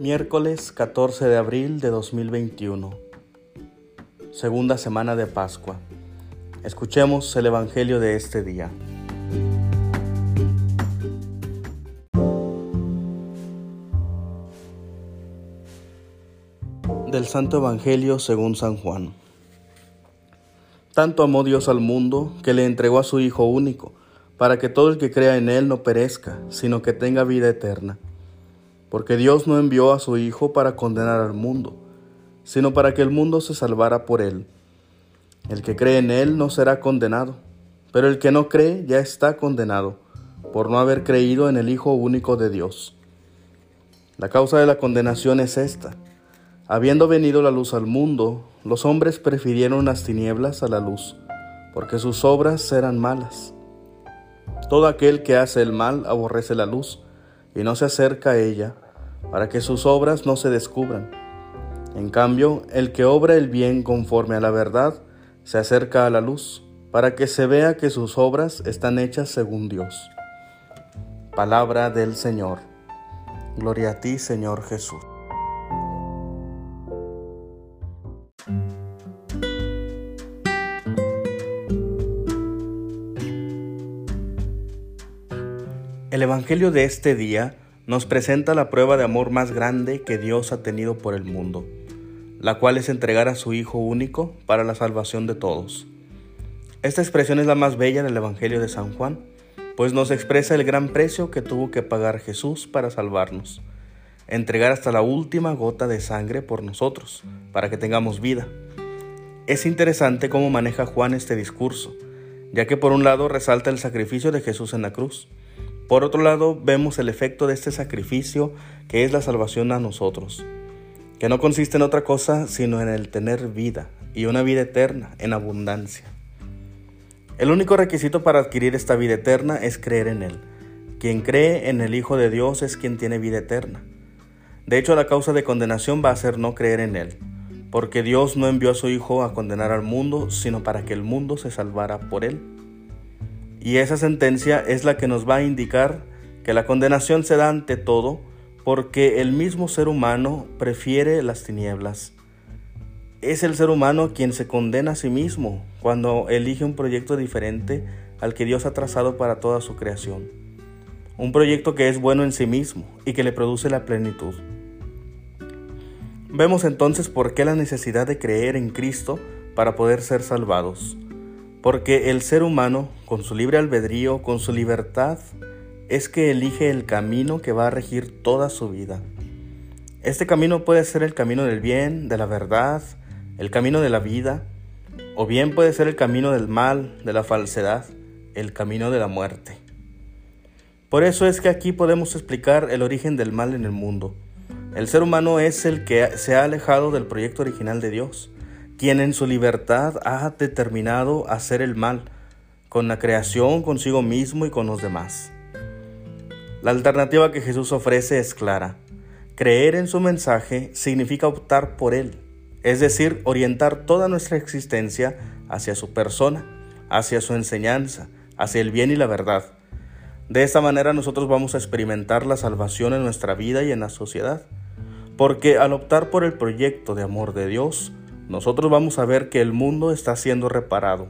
Miércoles 14 de abril de 2021, segunda semana de Pascua. Escuchemos el Evangelio de este día. Del Santo Evangelio según San Juan. Tanto amó Dios al mundo que le entregó a su Hijo único, para que todo el que crea en Él no perezca, sino que tenga vida eterna. Porque Dios no envió a su Hijo para condenar al mundo, sino para que el mundo se salvara por Él. El que cree en Él no será condenado, pero el que no cree ya está condenado, por no haber creído en el Hijo único de Dios. La causa de la condenación es esta: habiendo venido la luz al mundo, los hombres prefirieron las tinieblas a la luz, porque sus obras eran malas. Todo aquel que hace el mal aborrece la luz, y no se acerca a ella, para que sus obras no se descubran. En cambio, el que obra el bien conforme a la verdad, se acerca a la luz, para que se vea que sus obras están hechas según Dios. Palabra del Señor. Gloria a ti, Señor Jesús. El Evangelio de este día nos presenta la prueba de amor más grande que Dios ha tenido por el mundo, la cual es entregar a su Hijo único para la salvación de todos. Esta expresión es la más bella del Evangelio de San Juan, pues nos expresa el gran precio que tuvo que pagar Jesús para salvarnos, entregar hasta la última gota de sangre por nosotros, para que tengamos vida. Es interesante cómo maneja Juan este discurso, ya que por un lado resalta el sacrificio de Jesús en la cruz. Por otro lado, vemos el efecto de este sacrificio, que es la salvación a nosotros, que no consiste en otra cosa sino en el tener vida, y una vida eterna en abundancia. El único requisito para adquirir esta vida eterna es creer en Él. Quien cree en el Hijo de Dios es quien tiene vida eterna. De hecho, la causa de condenación va a ser no creer en Él, porque Dios no envió a su Hijo a condenar al mundo, sino para que el mundo se salvara por Él. Y esa sentencia es la que nos va a indicar que la condenación se da ante todo porque el mismo ser humano prefiere las tinieblas. Es el ser humano quien se condena a sí mismo cuando elige un proyecto diferente al que Dios ha trazado para toda su creación. Un proyecto que es bueno en sí mismo y que le produce la plenitud. Vemos entonces por qué la necesidad de creer en Cristo para poder ser salvados. Porque el ser humano, con su libre albedrío, con su libertad, es que elige el camino que va a regir toda su vida. Este camino puede ser el camino del bien, de la verdad, el camino de la vida, o bien puede ser el camino del mal, de la falsedad, el camino de la muerte. Por eso es que aquí podemos explicar el origen del mal en el mundo. El ser humano es el que se ha alejado del proyecto original de Dios, quien en su libertad ha determinado hacer el mal, con la creación, consigo mismo y con los demás. La alternativa que Jesús ofrece es clara. Creer en su mensaje significa optar por Él, es decir, orientar toda nuestra existencia hacia su persona, hacia su enseñanza, hacia el bien y la verdad. De esta manera nosotros vamos a experimentar la salvación en nuestra vida y en la sociedad, porque al optar por el proyecto de amor de Dios, nosotros vamos a ver que el mundo está siendo reparado.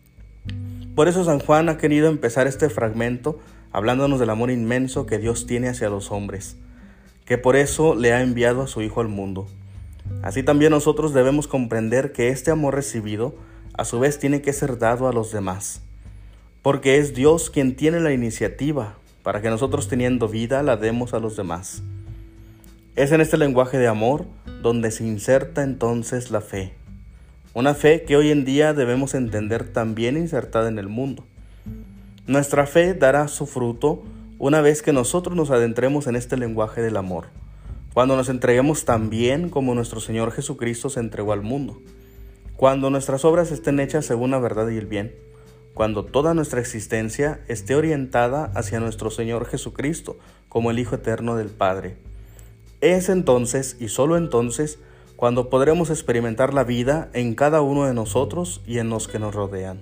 Por eso San Juan ha querido empezar este fragmento hablándonos del amor inmenso que Dios tiene hacia los hombres, que por eso le ha enviado a su Hijo al mundo. Así también nosotros debemos comprender que este amor recibido a su vez tiene que ser dado a los demás, porque es Dios quien tiene la iniciativa para que nosotros, teniendo vida, la demos a los demás. Es en este lenguaje de amor donde se inserta entonces la fe. Una fe que hoy en día debemos entender también insertada en el mundo. Nuestra fe dará su fruto una vez que nosotros nos adentremos en este lenguaje del amor, cuando nos entreguemos tan bien como nuestro Señor Jesucristo se entregó al mundo, cuando nuestras obras estén hechas según la verdad y el bien, cuando toda nuestra existencia esté orientada hacia nuestro Señor Jesucristo como el Hijo eterno del Padre. Es entonces, y solo entonces, cuando podremos experimentar la vida en cada uno de nosotros y en los que nos rodean.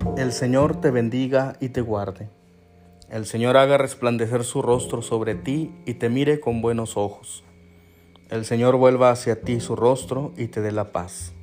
El Señor te bendiga y te guarde. El Señor haga resplandecer su rostro sobre ti y te mire con buenos ojos. El Señor vuelva hacia ti su rostro y te dé la paz.